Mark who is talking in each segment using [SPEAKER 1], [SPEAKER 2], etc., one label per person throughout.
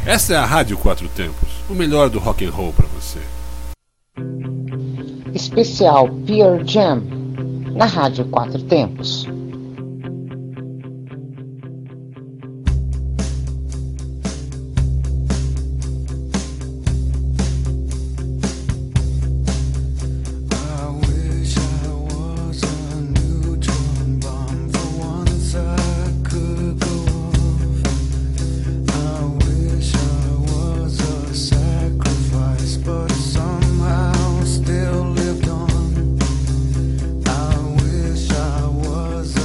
[SPEAKER 1] Essa é a Rádio Quatro Tempos, o melhor do rock and roll para você.
[SPEAKER 2] Especial Pearl Jam na Rádio Quatro Tempos.
[SPEAKER 3] Was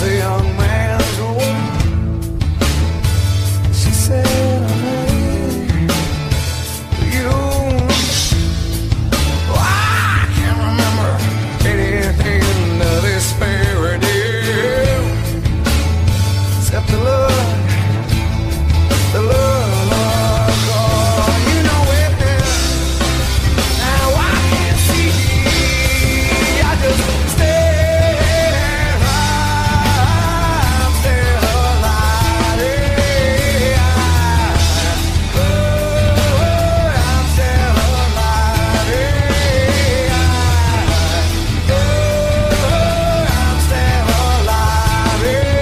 [SPEAKER 3] a young man's role. She said, hey, you, I can't remember anything of this fairy tale except the love. The love, oh, you know it. Now I can't see. I just stare. I'm still alive. Oh, I'm still alive. Oh, I'm still alive.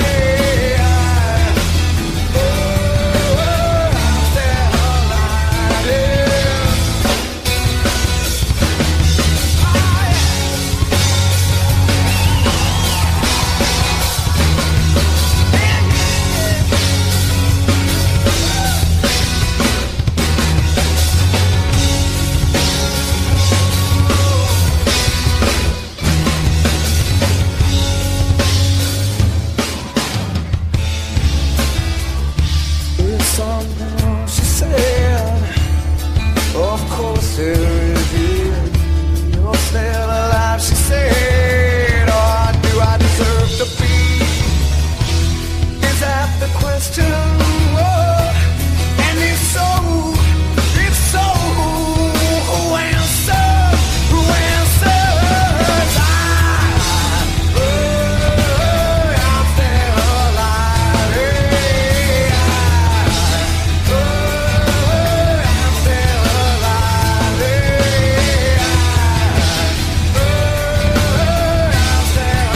[SPEAKER 3] Something she said, of course there is it. You're still alive, she said. Or do I deserve to be? Is that the question? Oh, and if so, who answers? Who answers? I'm still alive. I'm still alive. I'm still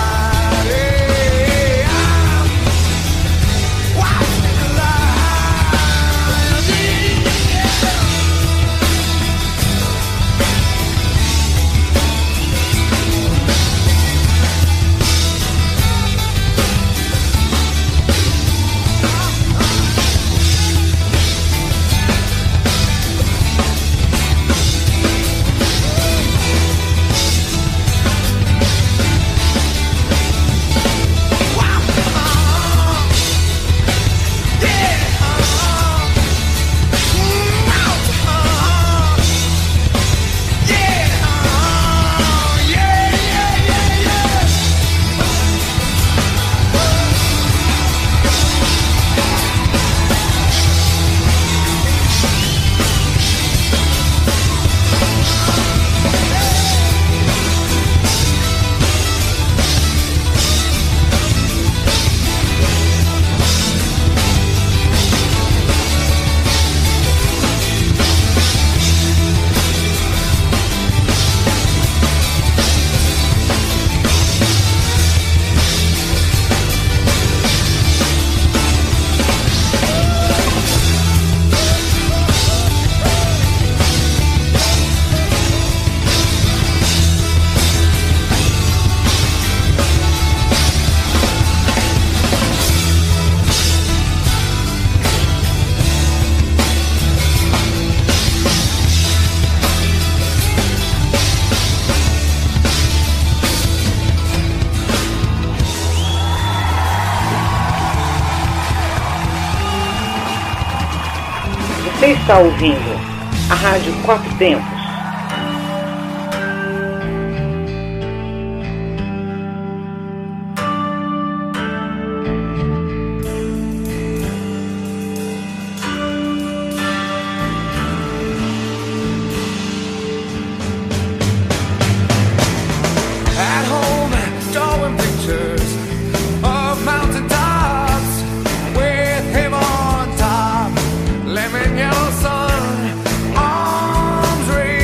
[SPEAKER 2] Você está ouvindo a Rádio Quatro Tempos.
[SPEAKER 3] At home, drawing pictures of mountain tops with him on top, lemon yellow sun, arms raised.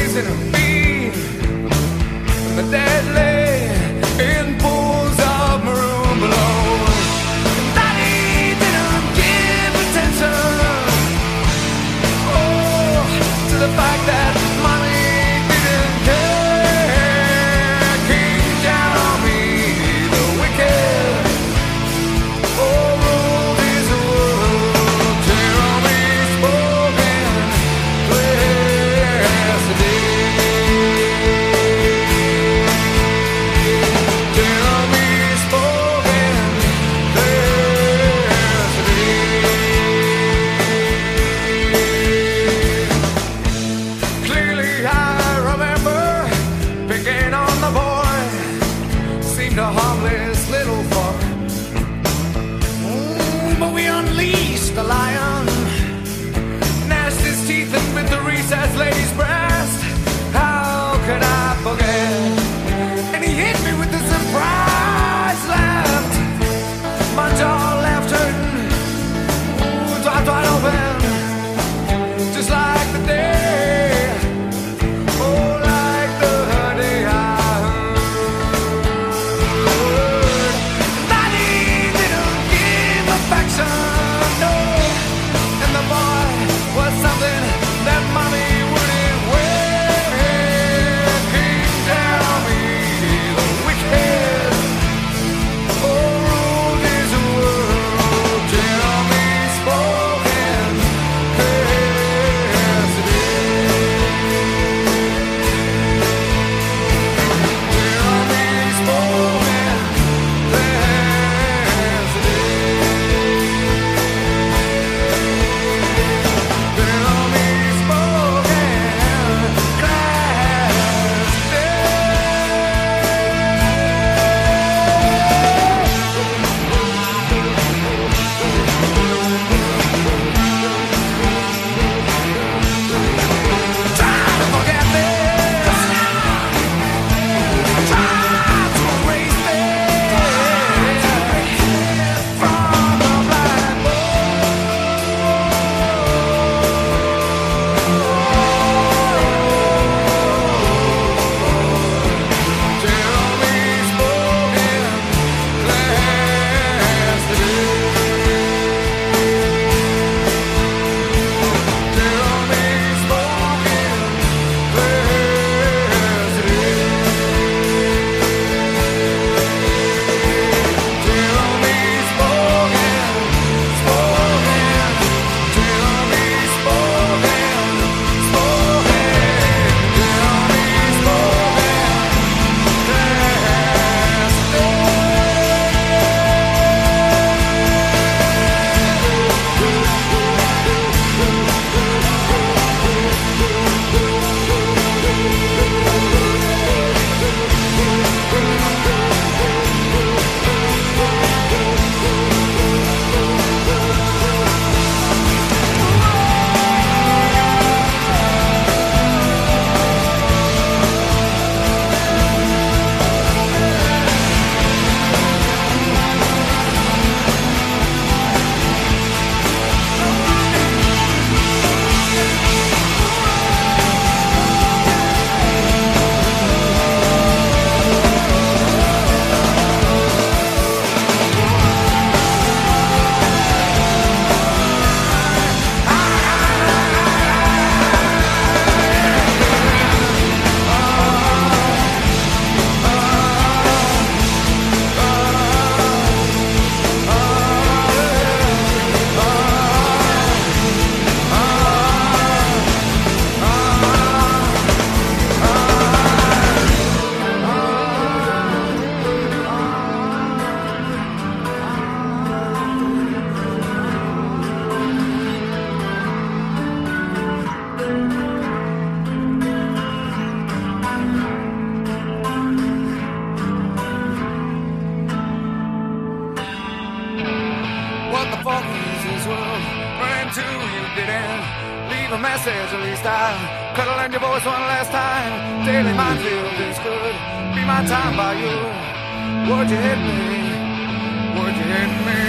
[SPEAKER 3] for this world. Run into you didn't leave a message, at least I could have learned your voice one last time. Daily minefield, this could be my time by you. Would you hit me? Would you hit me?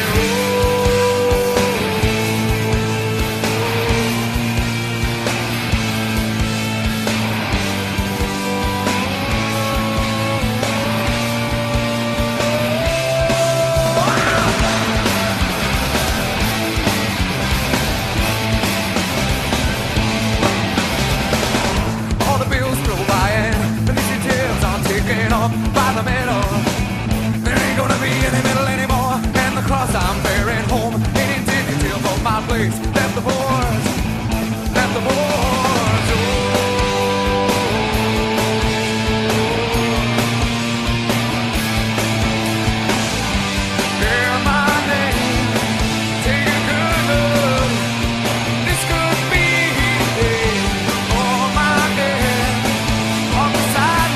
[SPEAKER 3] By the middle, there ain't gonna be any middle anymore. And the cross I'm bearing home ain't indicative of my place. Left the boards, left the boards. Hear my name, take a good look. This could be all my head on the side.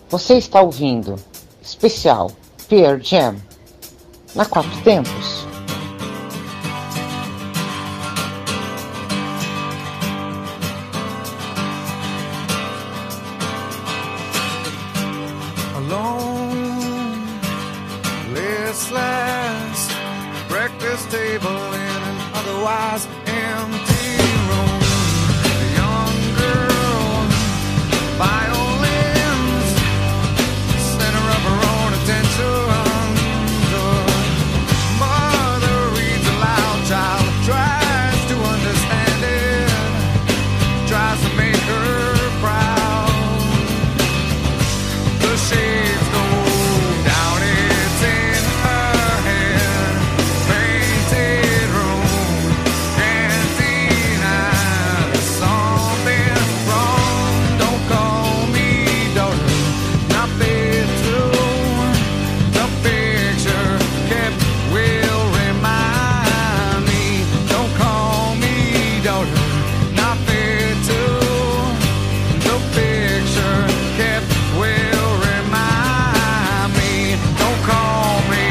[SPEAKER 2] Você está ouvindo especial Pearl Jam na Quatro Tempos.
[SPEAKER 3] Alone, listless, breakfast table in an otherwise empty room. A young girl, violins, center of her own attention. The mother reads aloud, child tries to understand it, tries to make her proud. The shades go down, it's in her head. Painted room, cantina, there's something wrong. Don't call me daughter, not fit to. The picture kept will remind me. Don't call me daughter, not fit to. The picture kept will remind me. Don't call me.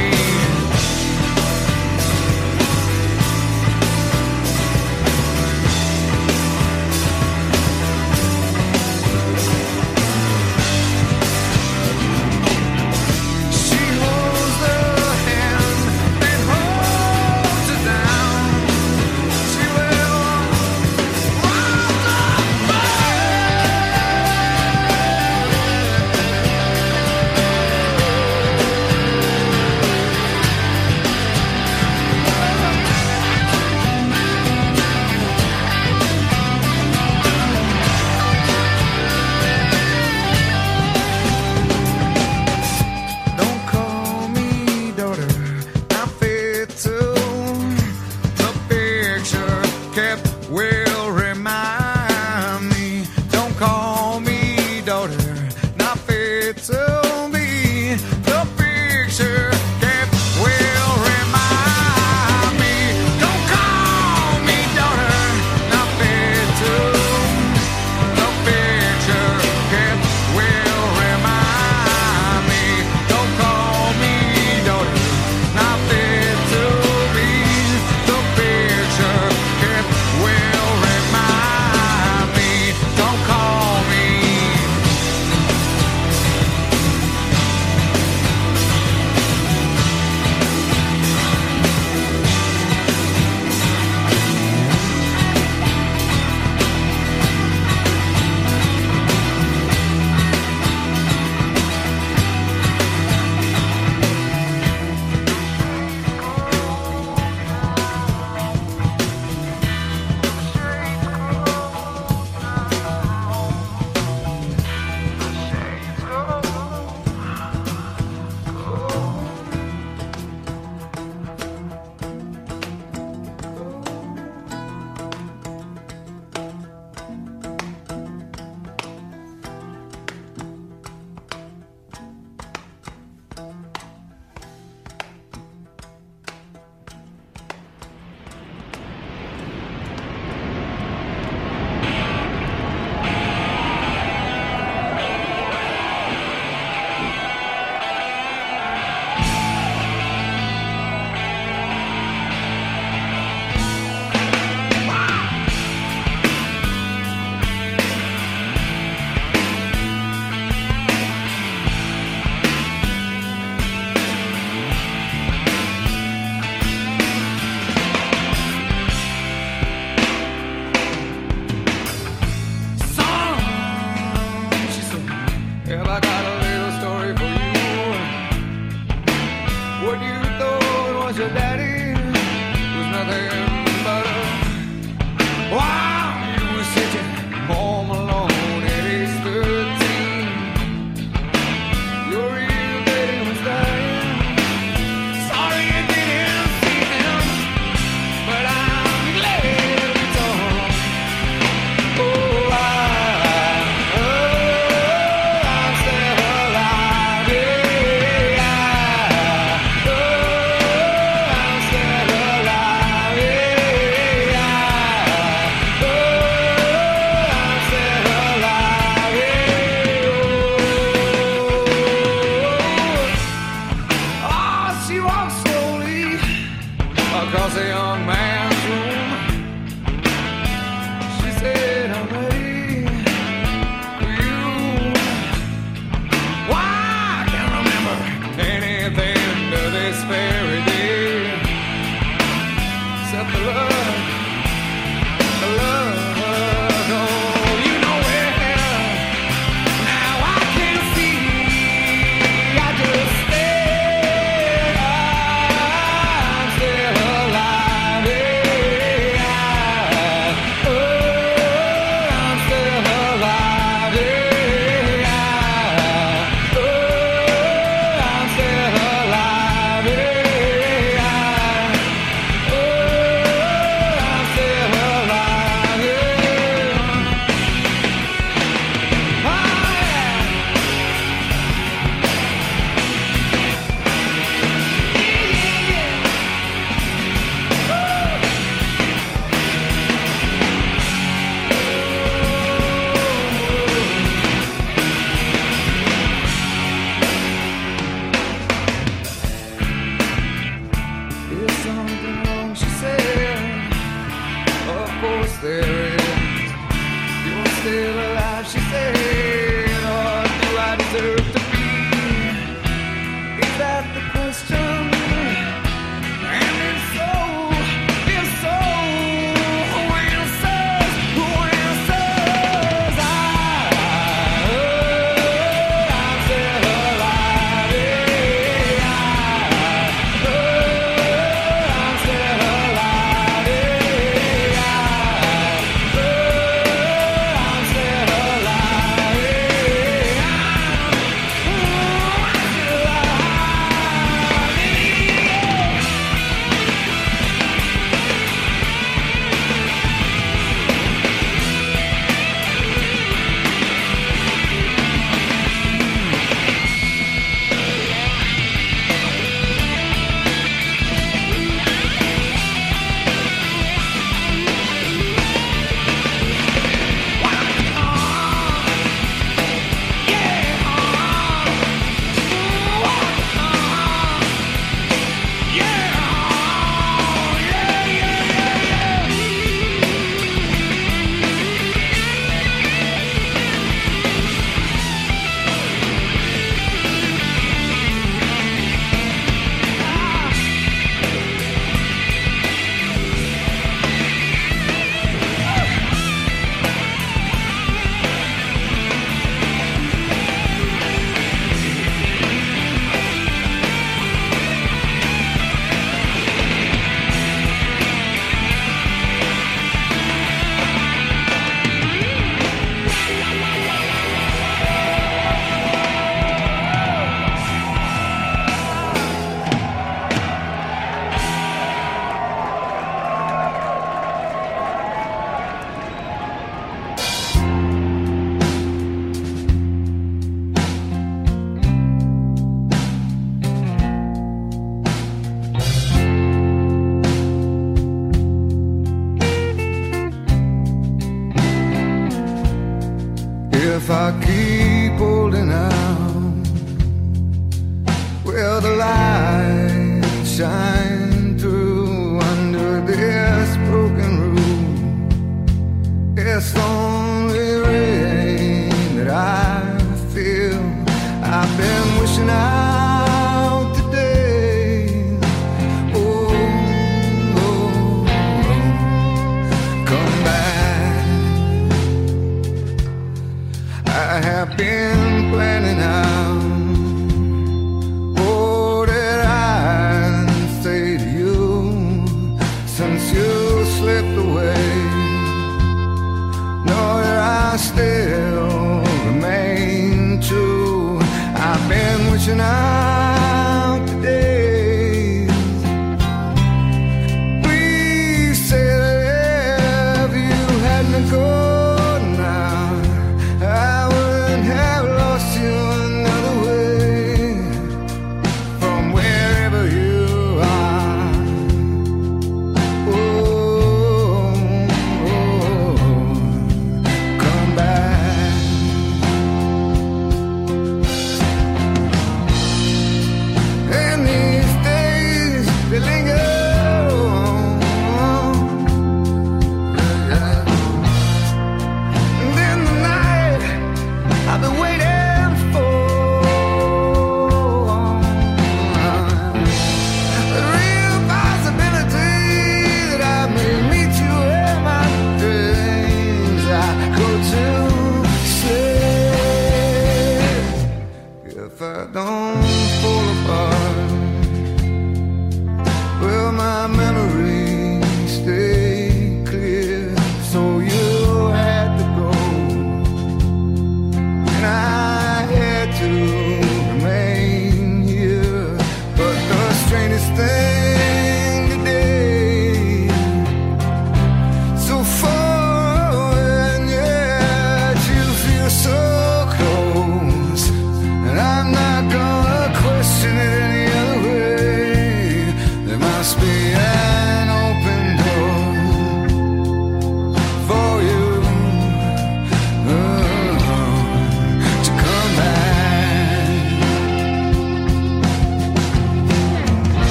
[SPEAKER 3] She holds the hand that holds her down. She will rise up. Don't call me daughter, not fit to. The picture kept will remind me. Don't call me daughter, not fit to be. The picture kept will remind me. Don't call me daughter, not fit to. The picture kept will remind me. Don't call me daughter, not fit to be. The picture kept will remind me. Don't call me. She said, have I got a little story for you? What you thought was your daddy was nothing but a while you were sitting home alone at age 13. Your real daddy was dying. Sorry you didn't see him, but I'm glad we talked. Oh, I'm still alive. Yeah, I'm still across the young man's room. She said, I'm ready for you. Why, I can't remember anything to this very day except the love, the love.
[SPEAKER 4] If I keep holding out, will the light shine through under this broken roof? It's only rain that I feel. I've been wishing out today. Oh, oh, oh, come back. I have been planning out, oh, that I'd stay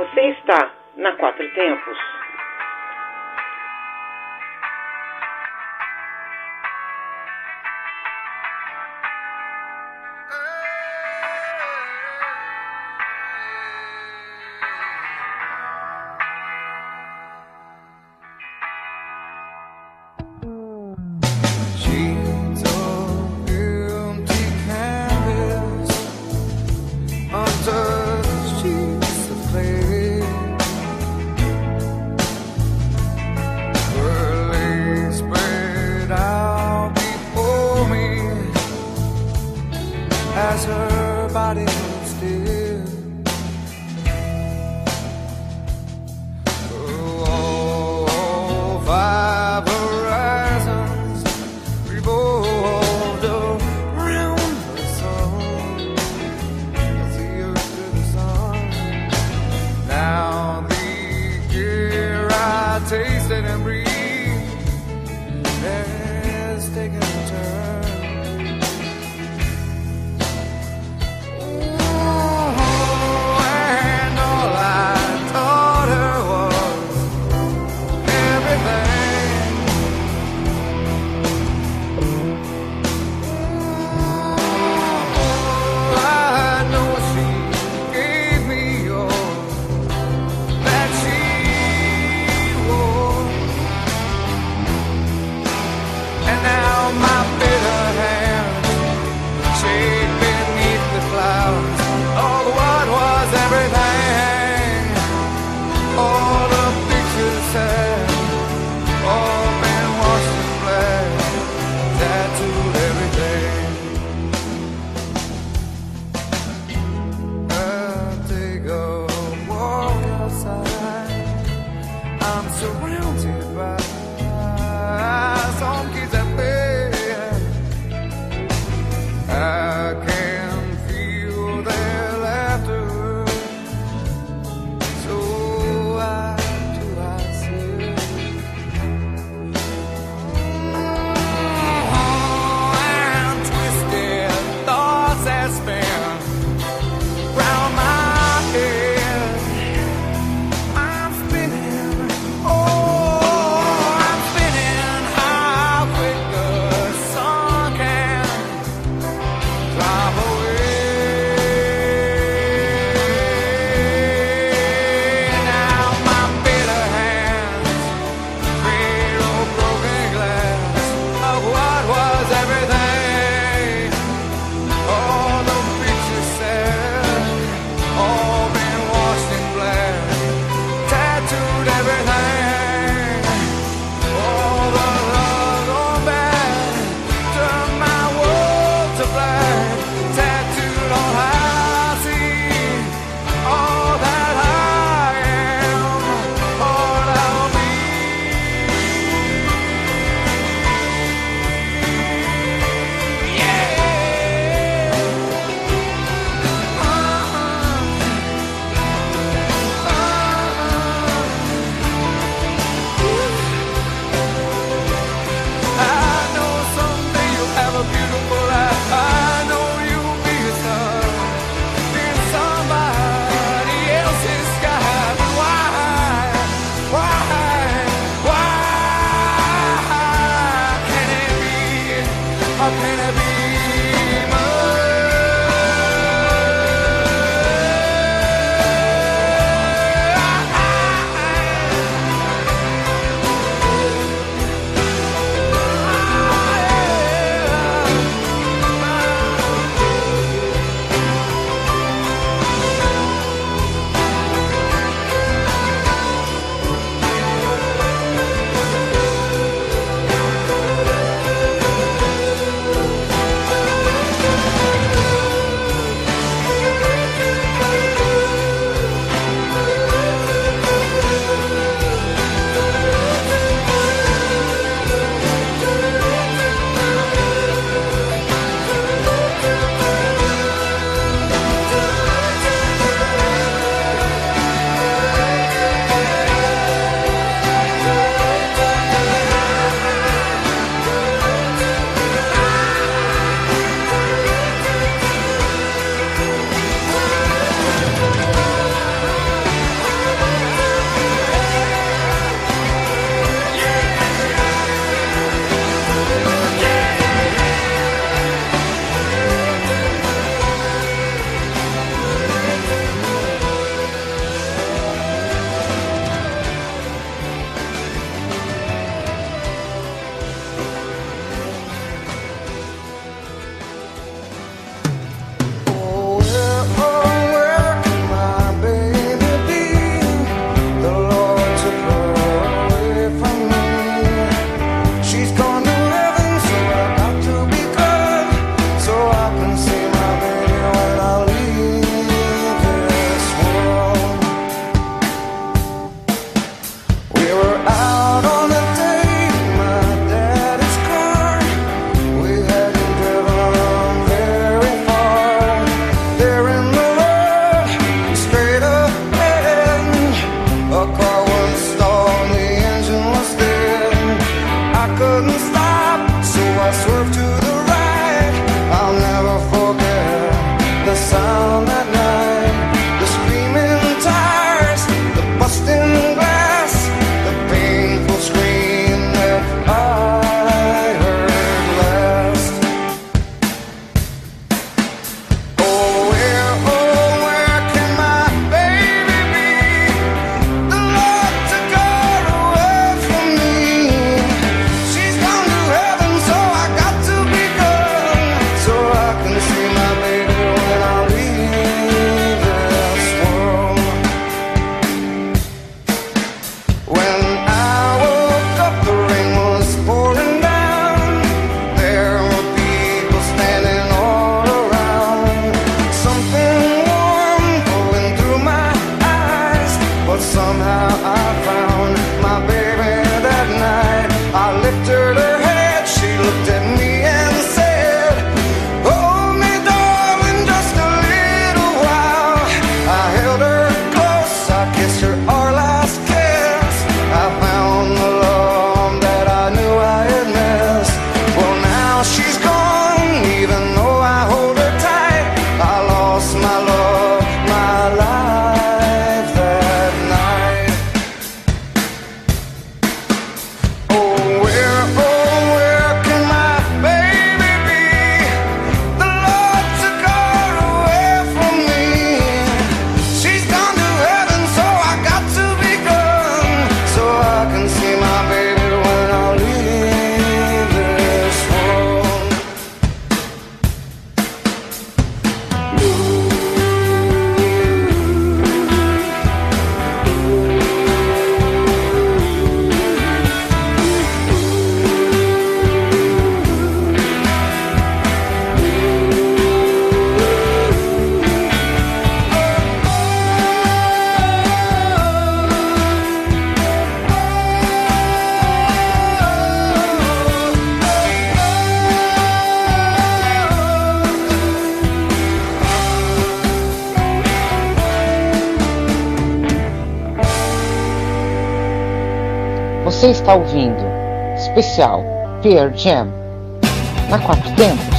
[SPEAKER 2] Você está na Quatro Tempos. Você está ouvindo especial Pearl Jam na Quatro Tempos.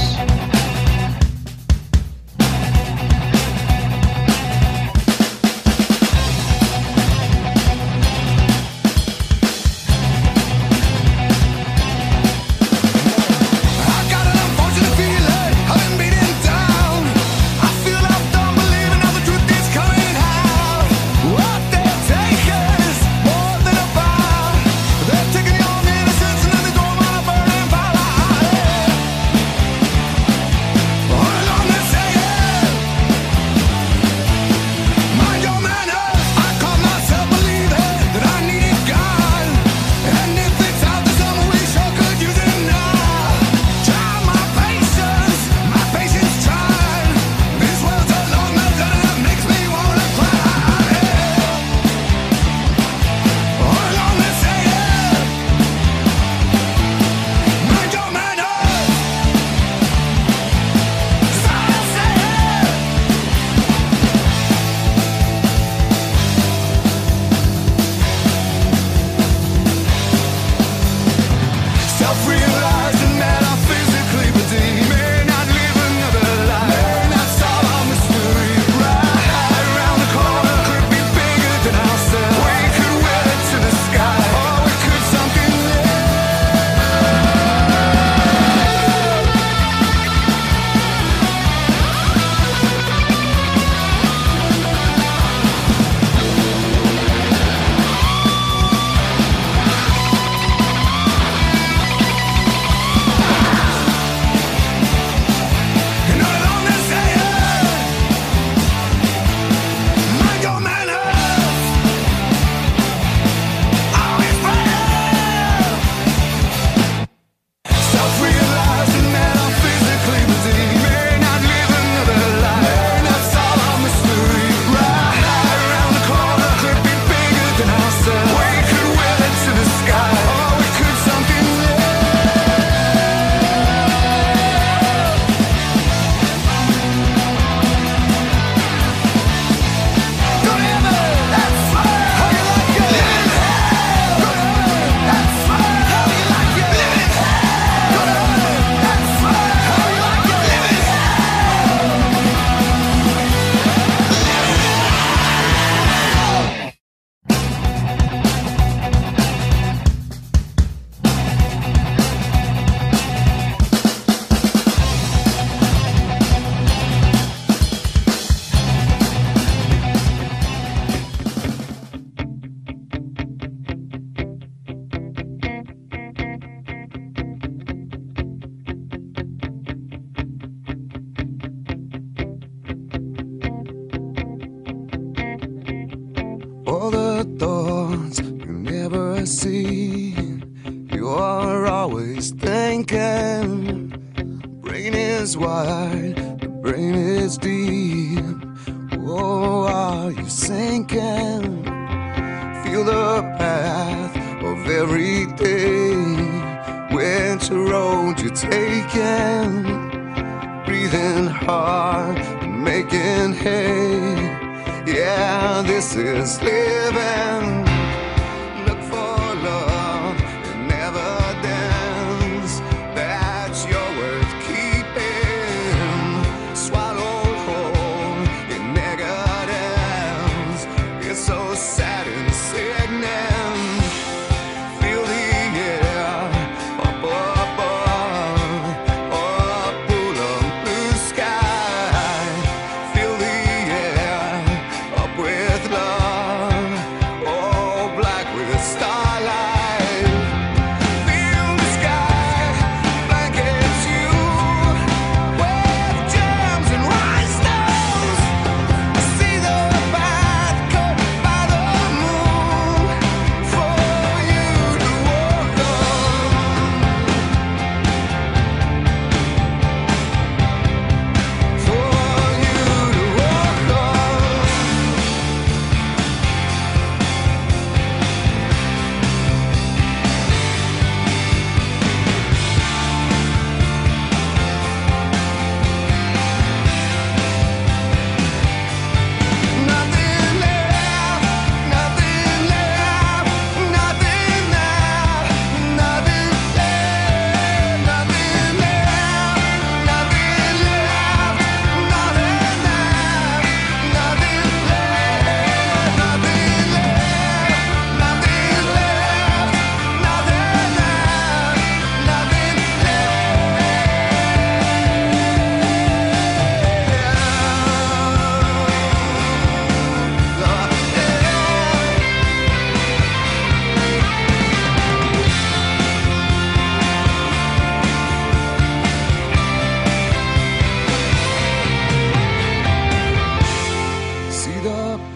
[SPEAKER 4] All the thoughts you never see, you are always thinking. Brain is wide, the brain is deep. Oh, are you sinking? Feel the path of every day, which road you're taking. Breathing hard and making hay. Yeah, this is living. Look for love in evidence that you're worth keeping. Swallowed whole in negatives. It's so sad and sickening. Feel the air up above, up full of blue sky. Feel the air up with love. Oh,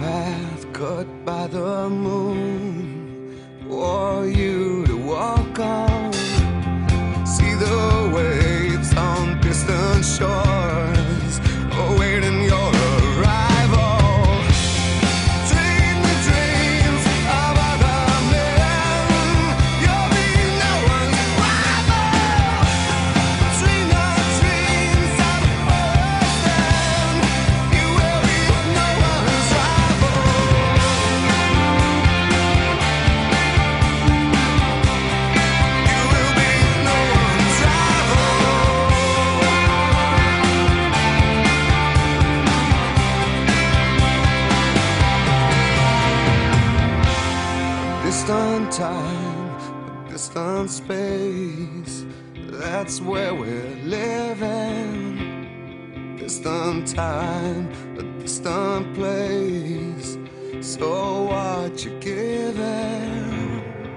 [SPEAKER 4] path cut by the moon for you to walk on. See the waves on distant shores awaiting your arrival. Dream the dreams of other men. You'll be no one's rival. Dream the dreams of others. You will be no one's rival. You will be no one's rival. Distant time, a distant space, that's where we're living. Distant time, a distant place, so what you giving?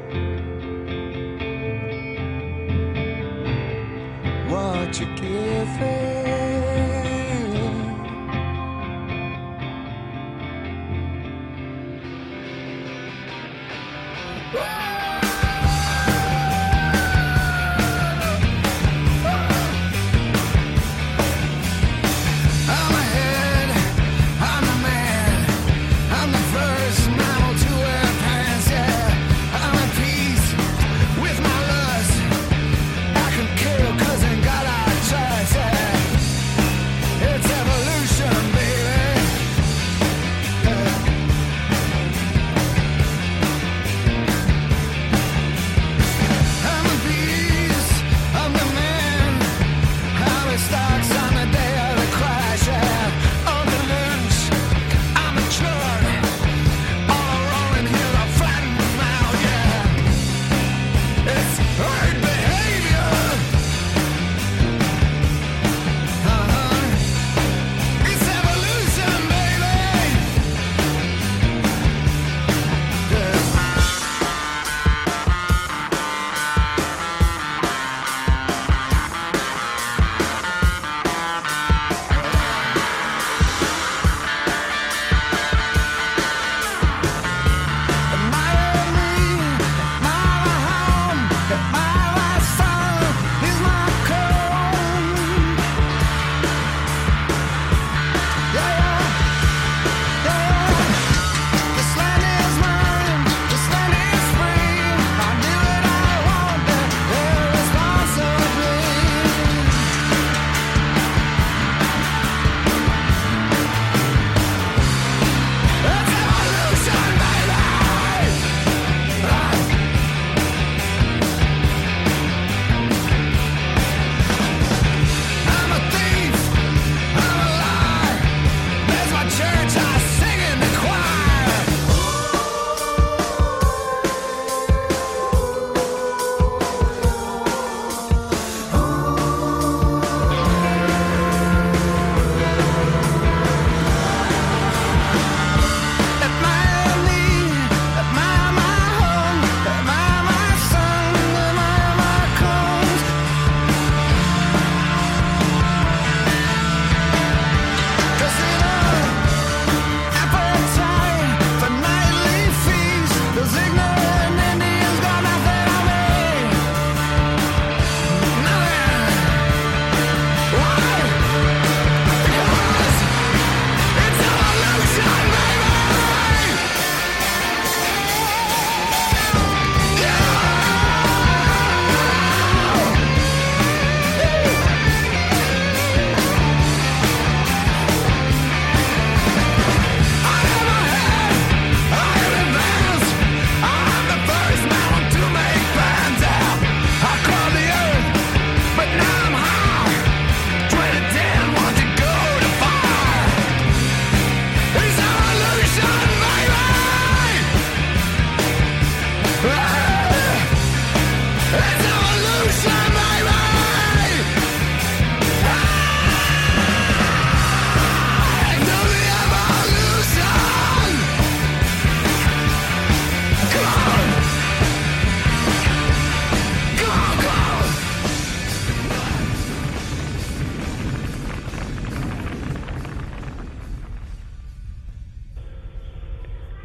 [SPEAKER 4] What you giving? I'm ahead, I'm the man, I'm the first mammal to wear pants, yeah. I'm at peace with my lust, I can kill 'cause ain't got a choice, yeah. It's evolution, baby.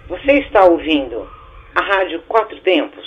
[SPEAKER 2] Você está ouvindo a Rádio Quatro Tempos.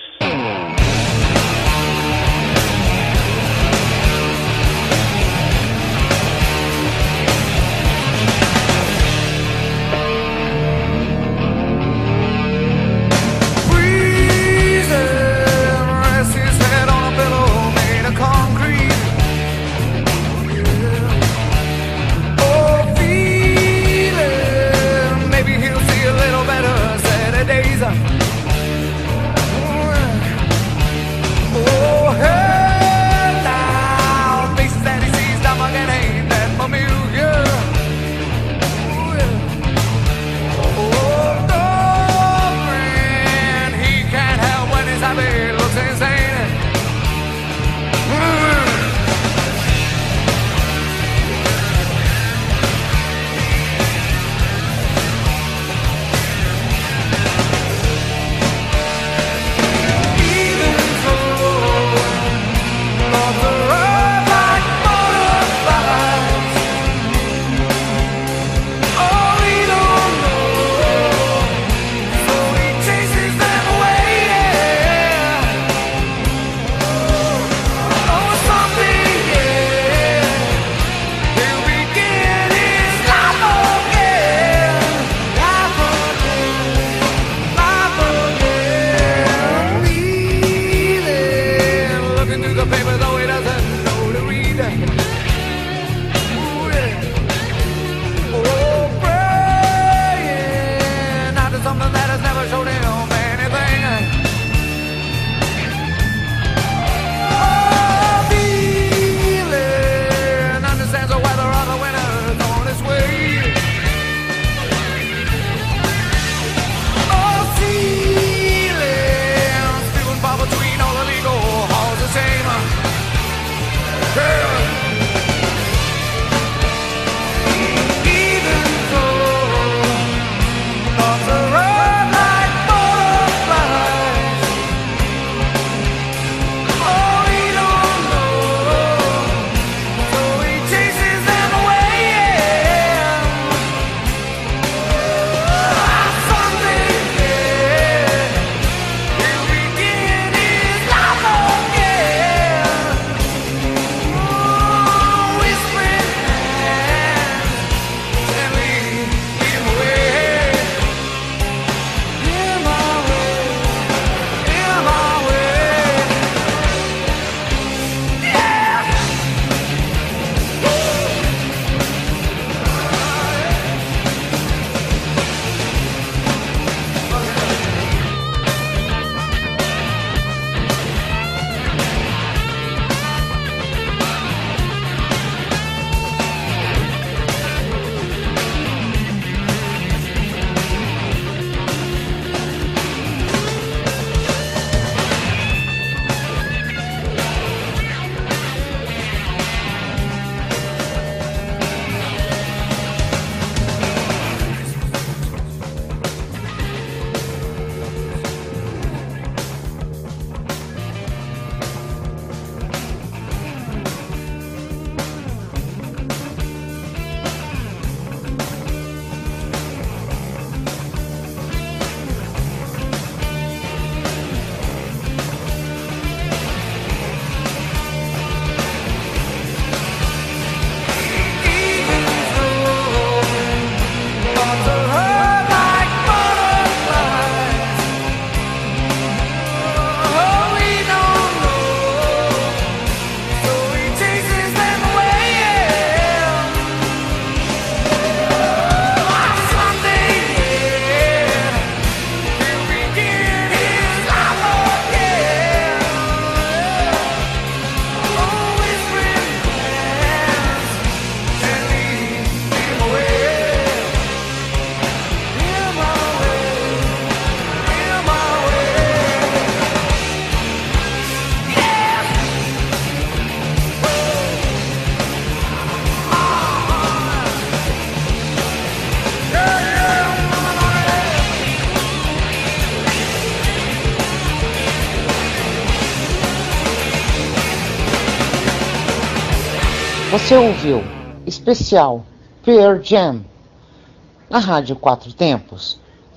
[SPEAKER 2] Você ouviu especial Pearl Jam na Rádio Quatro Tempos,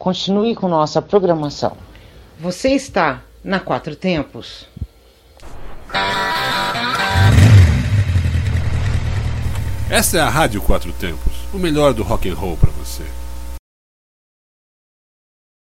[SPEAKER 2] Continue com nossa programação. Você está na Quatro Tempos.
[SPEAKER 1] Essa é a Rádio Quatro Tempos, o melhor do rock and roll para você.